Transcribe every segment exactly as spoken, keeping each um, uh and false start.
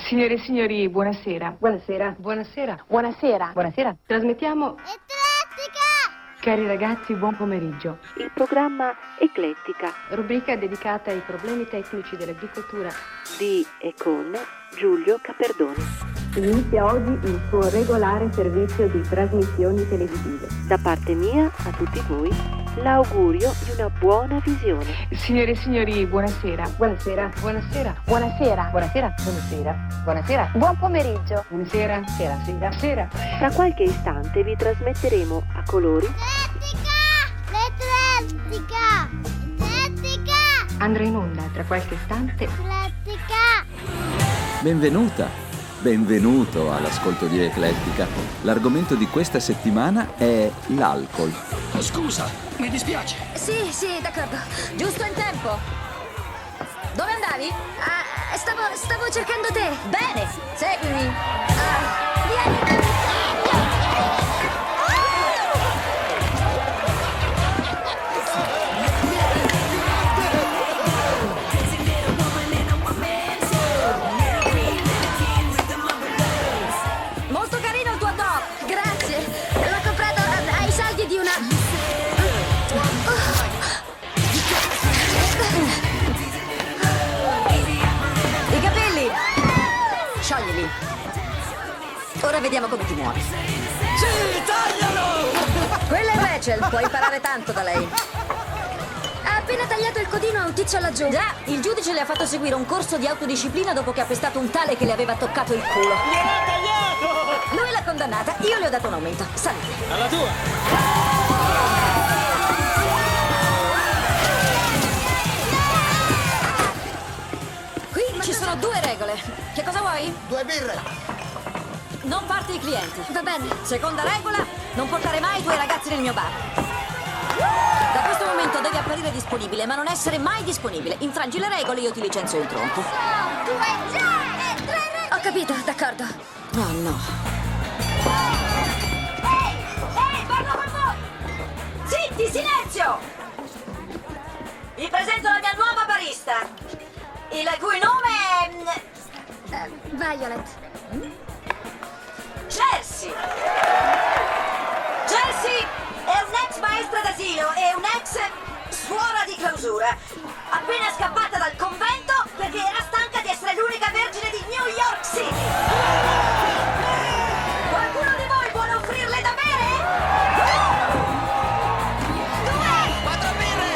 Signore e signori, buonasera. Buonasera. Buonasera. Buonasera. Buonasera. Trasmettiamo... Eclettica! Cari ragazzi, buon pomeriggio. Il programma Eclettica. Rubrica dedicata ai problemi tecnici dell'agricoltura. Di e con Giulio Caperdoni. Inizia oggi il suo regolare servizio di trasmissioni televisive. Da parte mia a tutti voi l'augurio di una buona visione. Signore e signori, buonasera. Buonasera. Buonasera. Buonasera. Buonasera. Buonasera. Buonasera. Buon pomeriggio. Buonasera. Sera. Sera. Sera. Tra qualche istante vi trasmetteremo a colori L'Eclettica! L'Eclettica! Andrà in onda tra qualche istante. L'Eclettica! Benvenuta, benvenuto all'ascolto di Eclettica. L'argomento di questa settimana è l'alcol. Oh, scusa, mi dispiace. Sì, sì, d'accordo. Giusto in tempo. Dove andavi? Ah, stavo, stavo cercando te. Bene, seguimi. Ah, vieni. Molto carino il tuo top. Grazie. L'ho comprato a- ai saldi di una... I capelli! Scioglili. Ora vediamo come ti muovi. Sì, taglialo! Quella è Rachel, puoi imparare tanto da lei. Ha appena tagliato il codino a un tizio laggiù. Già, il giudice le ha fatto seguire un corso di autodisciplina dopo che ha pestato un tale che le aveva toccato il culo. Gliel'ha tagliato! Lui l'ha condannata, io le ho dato un aumento. Salute. Alla tua! Qui ci sono due regole. Che cosa vuoi? Due birre! Non farti i clienti. Va bene. Seconda regola, non portare mai i tuoi ragazzi nel mio bar. Da questo momento devi apparire disponibile, ma non essere mai disponibile. Infrangi le regole, io ti licenzio in tronco. Due già! E tre re... Ho capito, d'accordo. Oh no. Ehi! Ehi, parlo con voi! Zitti, silenzio! Vi presento la mia nuova barista, il cui nome è... Eh, Violet. Chelsea! Chelsea è un'ex maestra d'asilo e un'ex suora di clausura, appena scappata dal convento perché era stanca di essere l'unica vergine di New York City. Qualcuno di voi vuole offrirle da bere? Quattro birre!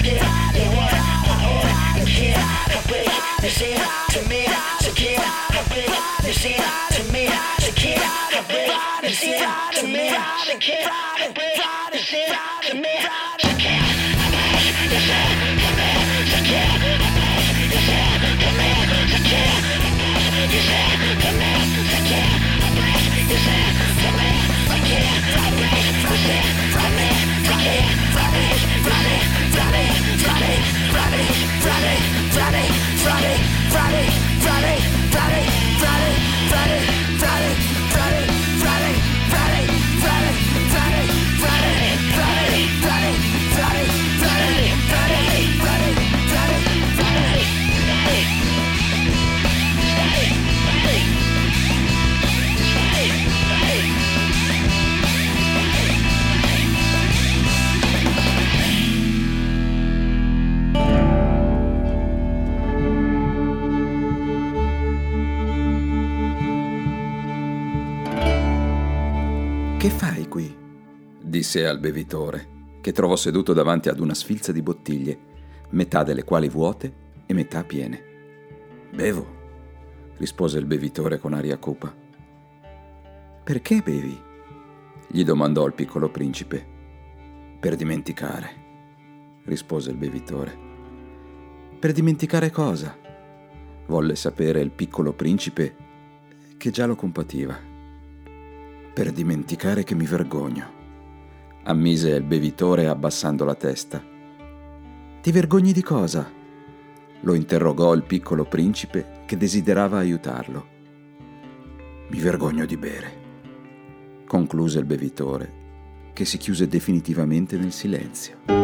Che fai qui? Disse al bevitore, che trovò seduto davanti ad una sfilza di bottiglie, metà delle quali vuote e metà piene. Bevo, rispose il bevitore con aria cupa. Perché bevi? Gli domandò il piccolo principe. Per dimenticare, rispose il bevitore. Per dimenticare cosa? Volle sapere il piccolo principe, che già lo compativa. Per dimenticare che mi vergogno, ammise il bevitore abbassando la testa. Ti vergogni di cosa? Lo interrogò il piccolo principe che desiderava aiutarlo. Mi vergogno di bere, concluse il bevitore, che si chiuse definitivamente nel silenzio.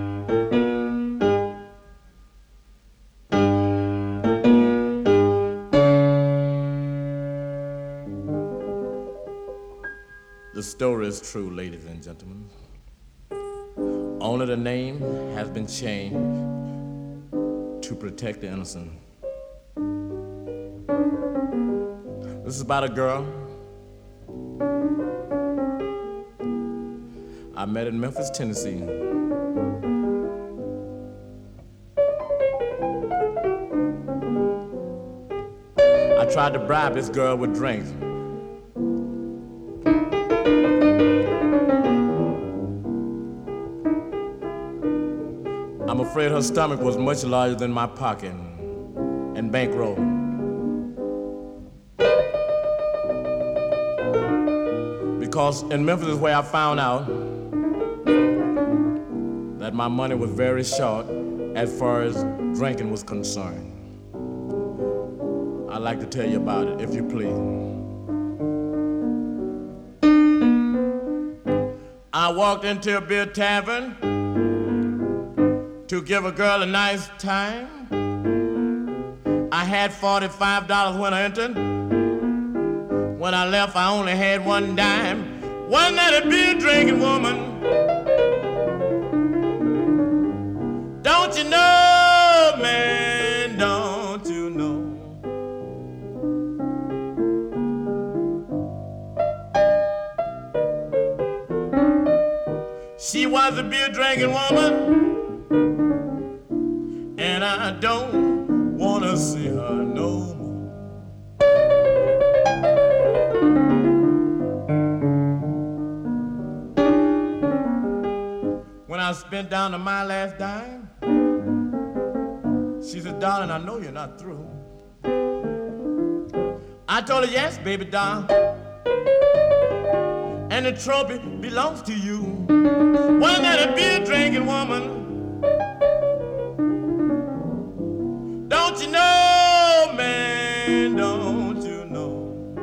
The story is true, ladies and gentlemen. Only the name has been changed to protect the innocent. This is about a girl I met in Memphis, Tennessee. I tried to bribe this girl with drinks. I'm afraid her stomach was much larger than my pocket and bankroll. Because in Memphis is where I found out that my money was very short as far as drinking was concerned. I'd like to tell you about it, if you please. I walked into a beer tavern to give a girl a nice time. I had forty-five dollars when I entered. When I left, I only had one dime. Wasn't that a beer drinking woman? Don't you know, man, don't you know? She was a beer drinking woman, and I don't wanna see her no more. When I spent down to my last dime, she said, darling, I know you're not through. I told her, yes, baby doll, and the trophy belongs to you. Wasn't that a beer drinking woman? Don't you know, man, don't you know?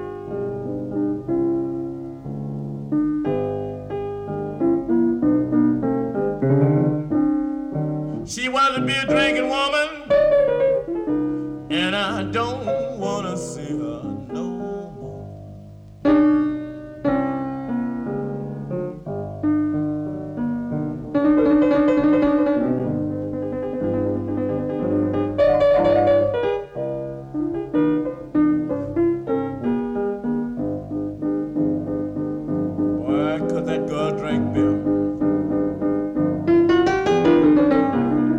She was a beer drinking woman, and I don't wanna see her no more. Boy, could that girl drink beer?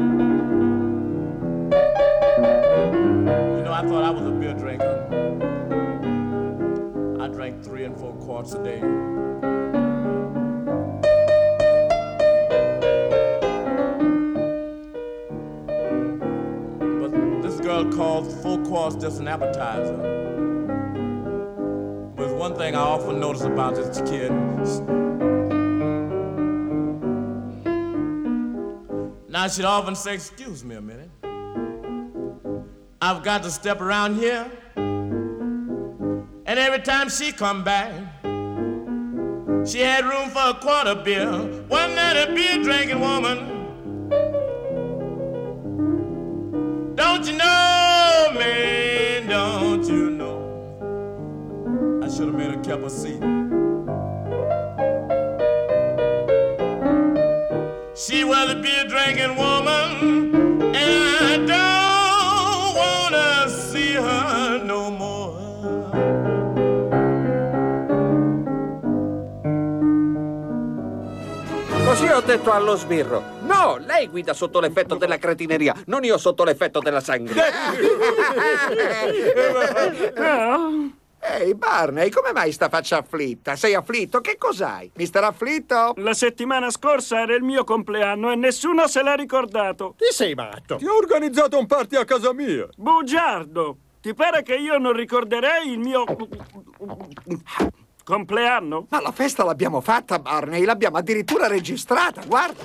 four quarts a day. But this girl called four quarts just an appetizer. But one thing I often notice about this kid. Now she'd often say, excuse me a minute. I've got to step around here. And every time she come back, she had room for a quart of beer. Wasn't that a beer drinking woman? Don't you know, man, don't you know? I should have made her kept a seat. She was a beer drinking woman, and I don't wanna see her no more. Così ho detto allo sbirro. No, lei guida sotto l'effetto della cretineria, non io sotto l'effetto della sangria. Ehi, Barney, come mai sta faccia afflitta? Sei afflitto? Che cos'hai? Mister Afflitto? La settimana scorsa era il mio compleanno e nessuno se l'ha ricordato. Ti sei matto? Ti ho organizzato un party a casa mia. Bugiardo, ti pare che io non ricorderei il mio compleanno? Ma la festa l'abbiamo fatta, Barney, l'abbiamo addirittura registrata, guarda.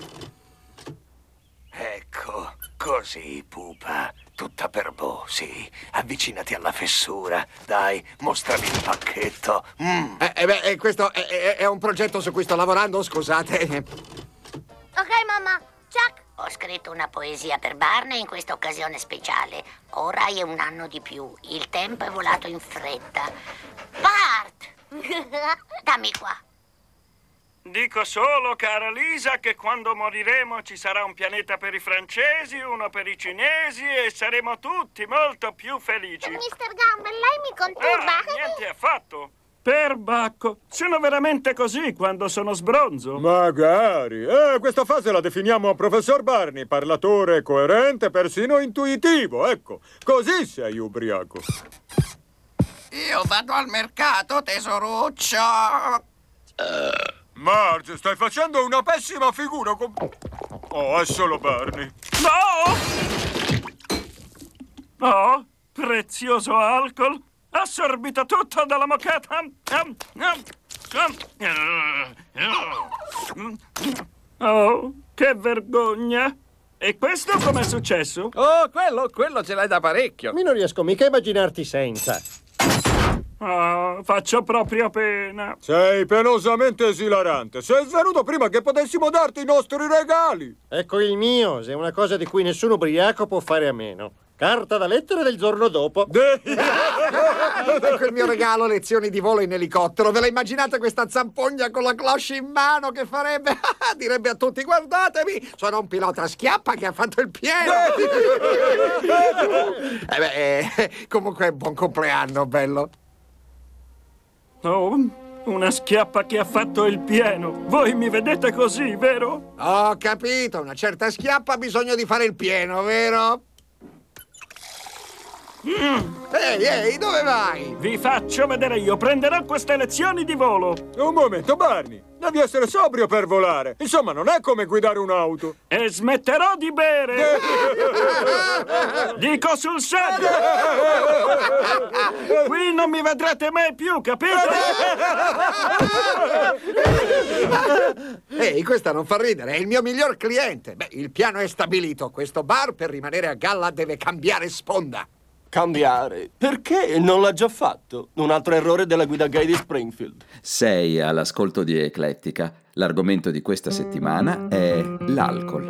Ecco, così, pupa. Tutta per boh, sì. Avvicinati alla fessura. Dai, mostrami il pacchetto. Mm. Eh, eh, beh, questo è, è, è un progetto su cui sto lavorando, scusate. Ok, mamma. Chuck. Ho scritto una poesia per Barney in questa occasione speciale. Ora è un anno di più. Il tempo è volato in fretta. Bart! Dammi qua. Dico solo, cara Lisa, che quando moriremo ci sarà un pianeta per i francesi, uno per i cinesi e saremo tutti molto più felici. mister Gamble, lei mi conturba. Ah, niente affatto. Perbacco, sono veramente così quando sono sbronzo. Magari. Eh, questa fase la definiamo professor Barney, parlatore coerente, persino intuitivo. Ecco, così sei ubriaco. Io vado al mercato, tesoruccio. Uh. Marge, stai facendo una pessima figura con... Oh, è solo Barney. No! Oh, prezioso alcol, assorbito tutto dalla moquetta. Oh, che vergogna! E questo com'è successo? Oh, quello, quello ce l'hai da parecchio. Mi non riesco mica a immaginarti senza. Oh, faccio proprio pena. Sei penosamente esilarante. Sei svenuto prima che potessimo darti i nostri regali. Ecco il mio, se è una cosa di cui nessun ubriaco può fare a meno. Carta da lettere del giorno dopo. Ecco il mio regalo, lezioni di volo in elicottero. Ve la immaginate questa zampogna con la cloche in mano che farebbe? Direbbe a tutti, guardatemi, sono un pilota a schiappa che ha fatto il pieno. eh beh, eh, comunque buon compleanno, bello. Oh, una schiappa che ha fatto il pieno. Voi mi vedete così, vero? Ho capito, una certa schiappa ha bisogno di fare il pieno, vero? Mm. Ehi, ehi, dove vai? Vi faccio vedere io, prenderò queste lezioni di volo. Un momento, Barney, devi essere sobrio per volare. Insomma, non è come guidare un'auto. E smetterò di bere. Dico sul serio. Qui non mi vedrete mai più, capito? Ehi, questa non fa ridere, è il mio miglior cliente. Beh, il piano è stabilito. Questo bar, per rimanere a galla, deve cambiare sponda. Cambiare? Perché? Non l'ha già fatto. Un altro errore della guida gay di Springfield. Sei all'ascolto di Eclettica. L'argomento di questa settimana è l'alcol.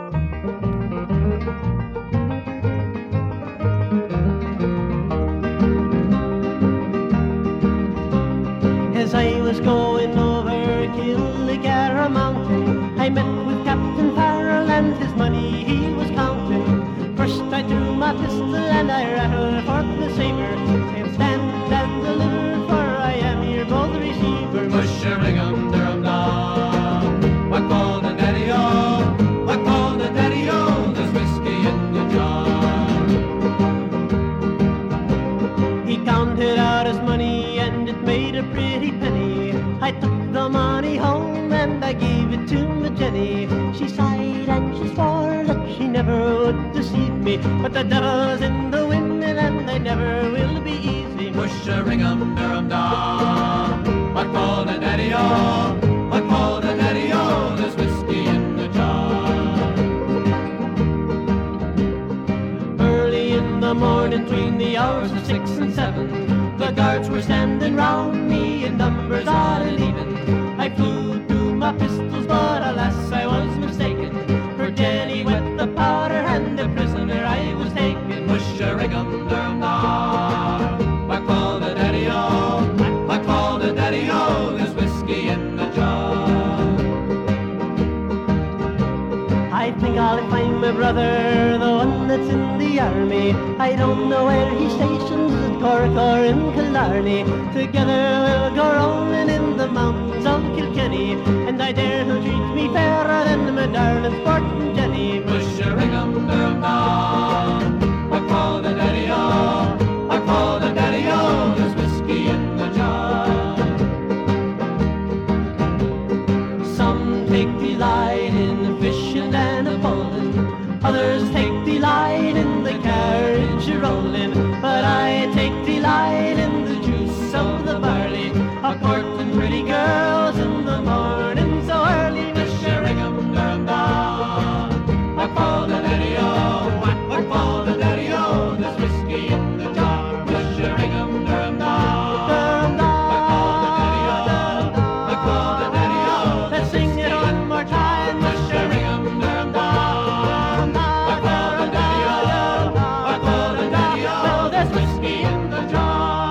As I was going over Killigarra Mountain, I met with Captain Farrell and his money he was counting. First I drew my pistol and I rattled forth the saber, saying stand and deliver, for I am your bold receiver. Push a ring under 'em down. What call the daddy-o? What call the daddy-o? There's whiskey in the jar. He counted out his money and it made a pretty penny. never would deceive me. But the devil's in the wind and they never will be easy. Push-a-ring-um-der-um-da. What called a daddy-o? What called a daddy-o? There's whiskey in the jar. Early in the morning, between the hours of six and seven, the guards were standing round me in numbers odd and even. I flew to my pistols, but alas, I was mistaken. For Jenny wet the powder and the prisoner I was taken. Push-a-ring-um-der-um-da. What called a daddy-o? What called a daddy-o? There's whiskey in the jar. I think I'll find my brother, the one that's in the army. I don't know where he stations, at Cork or in Killarney. Together we'll go roaming in the mountains of Kilkenny, and I dare he'll treat me fairer than my darling sporting Jenny. Push-a-ring-um-der-um-da. What called a daddy-o? What called a daddy-o? There's whiskey in the jar. Some take delight in fishing and a bowling, others take delight in the carriage rolling, but I take delight in the juice of the barley, a courting pretty girls in the morning so early. Push-a-ring-um-der-um-da. What called a daddy-o? What called a daddy-o? There's whiskey in the jar. Push-a-ring-um-der-um-da. What called a daddy-o? What called a daddy-o? Let's sing it one more time. Push-a-ring-um-der-um-da. What called a daddy-o? What called a daddy-o? Well, there's whiskey in the jar.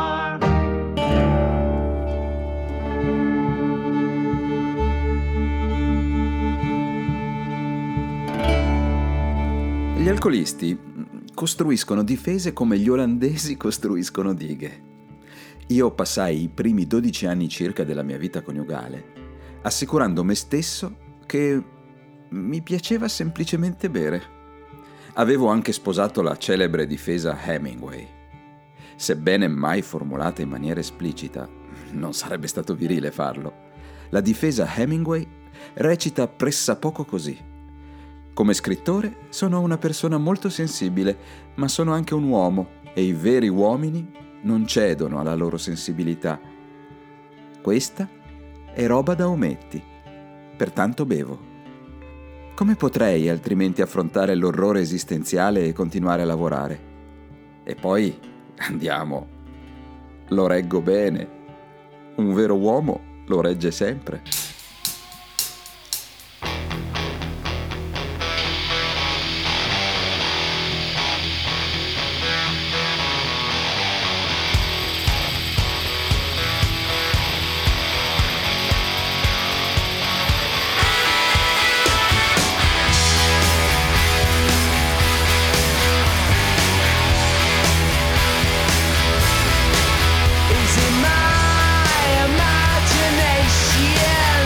Gli alcolisti costruiscono difese come gli olandesi costruiscono dighe. Io passai i primi dodici anni circa della mia vita coniugale assicurando me stesso che mi piaceva semplicemente bere. Avevo anche sposato la celebre difesa Hemingway. Sebbene mai formulata in maniera esplicita, non sarebbe stato virile farlo. La difesa Hemingway recita pressappoco così: come scrittore sono una persona molto sensibile, ma sono anche un uomo e i veri uomini non cedono alla loro sensibilità. Questa è roba da ometti, pertanto bevo. Come potrei altrimenti affrontare l'orrore esistenziale e continuare a lavorare? E poi andiamo. Lo reggo bene. Un vero uomo lo regge sempre. Is it my imagination?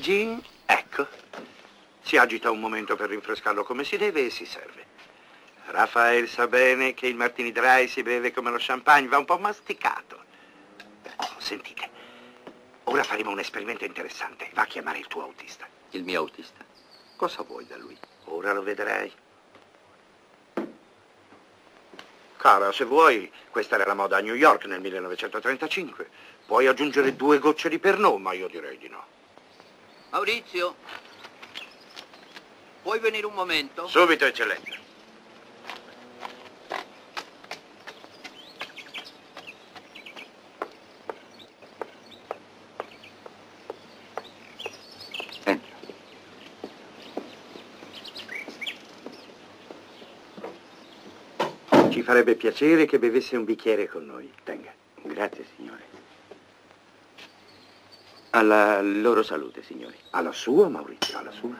gin, ecco. Si agita un momento per rinfrescarlo come si deve e si serve. Raphael sa bene che il Martini Dry si beve come lo champagne, va un po' masticato. Oh, sentite, ora faremo un esperimento interessante. Va a chiamare il tuo autista. Il mio autista? Cosa vuoi da lui? Ora lo vedrai. Cara, se vuoi, questa era la moda a New York nel millenovecentotrentacinque. Puoi aggiungere due gocce di Pernod, ma io direi di no. Maurizio, puoi venire un momento? Subito, eccellenza. Ci farebbe piacere che bevesse un bicchiere con noi. Tenga. Grazie, signore. Alla loro salute, signori. Alla sua, Maurizio, alla sua.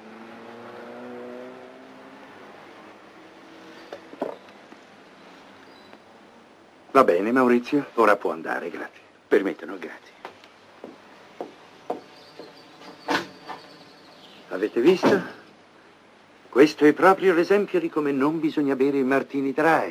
Va bene, Maurizio. Ora può andare, grazie. Permettono, grazie. Avete visto? Questo è proprio l'esempio di come non bisogna bere i Martini Dry.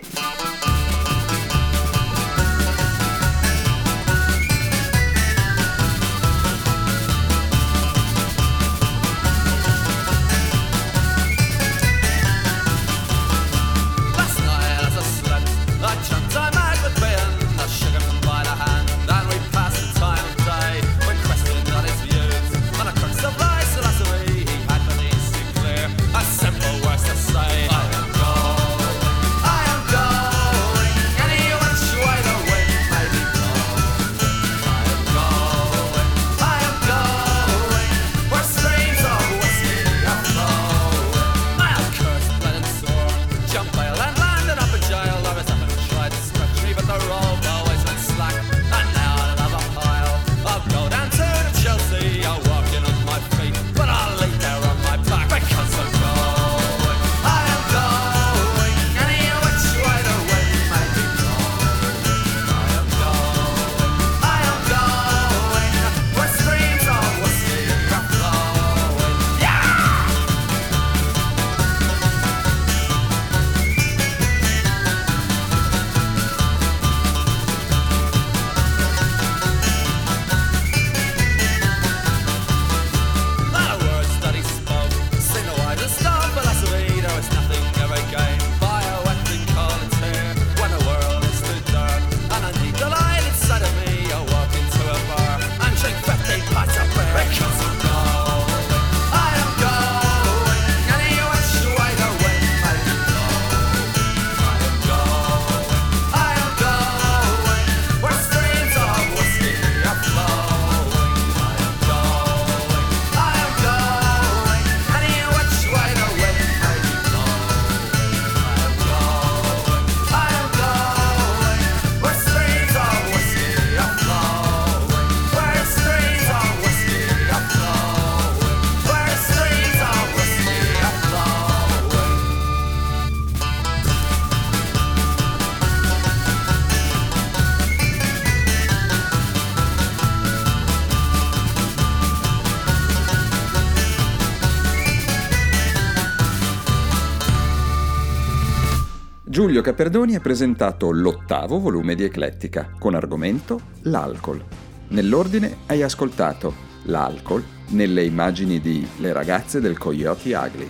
Giulio Caperdoni ha presentato l'ottavo volume di Eclettica, con argomento l'alcol. Nell'ordine hai ascoltato l'alcol nelle immagini di Le ragazze del Coyote Ugly,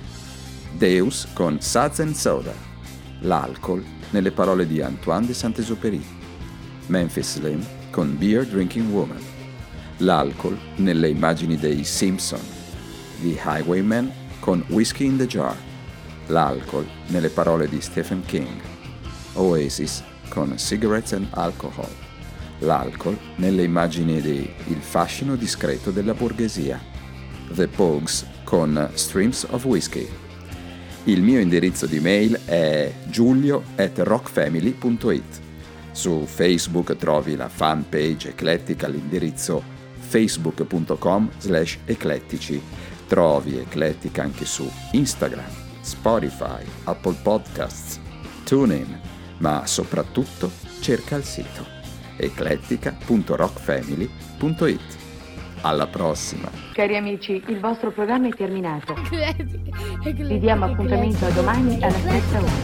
Deus con Suds and Soda, l'alcol nelle parole di Antoine de Saint-Exupéry, Memphis Slim con Beer Drinking Woman, l'alcol nelle immagini dei Simpson, The Highwaymen con Whiskey in the Jar, l'alcol nelle parole di Stephen King, Oasis con Cigarettes and Alcohol, l'alcol nelle immagini di Il fascino discreto della borghesia, The Pogues con Streams of Whiskey. Il mio indirizzo di mail è giulio at rockfamily punto it. Su Facebook trovi la fanpage Eclettica all'indirizzo facebook punto com slash eclettici. Trovi Eclettica anche su Instagram, Spotify, Apple Podcasts, TuneIn, ma soprattutto cerca il sito eclettica punto rockfamily punto it. Alla prossima. Cari amici, il vostro programma è terminato. Vi diamo appuntamento a domani alla stessa ora.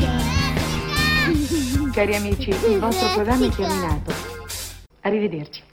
Cari amici, il vostro programma è terminato. Arrivederci.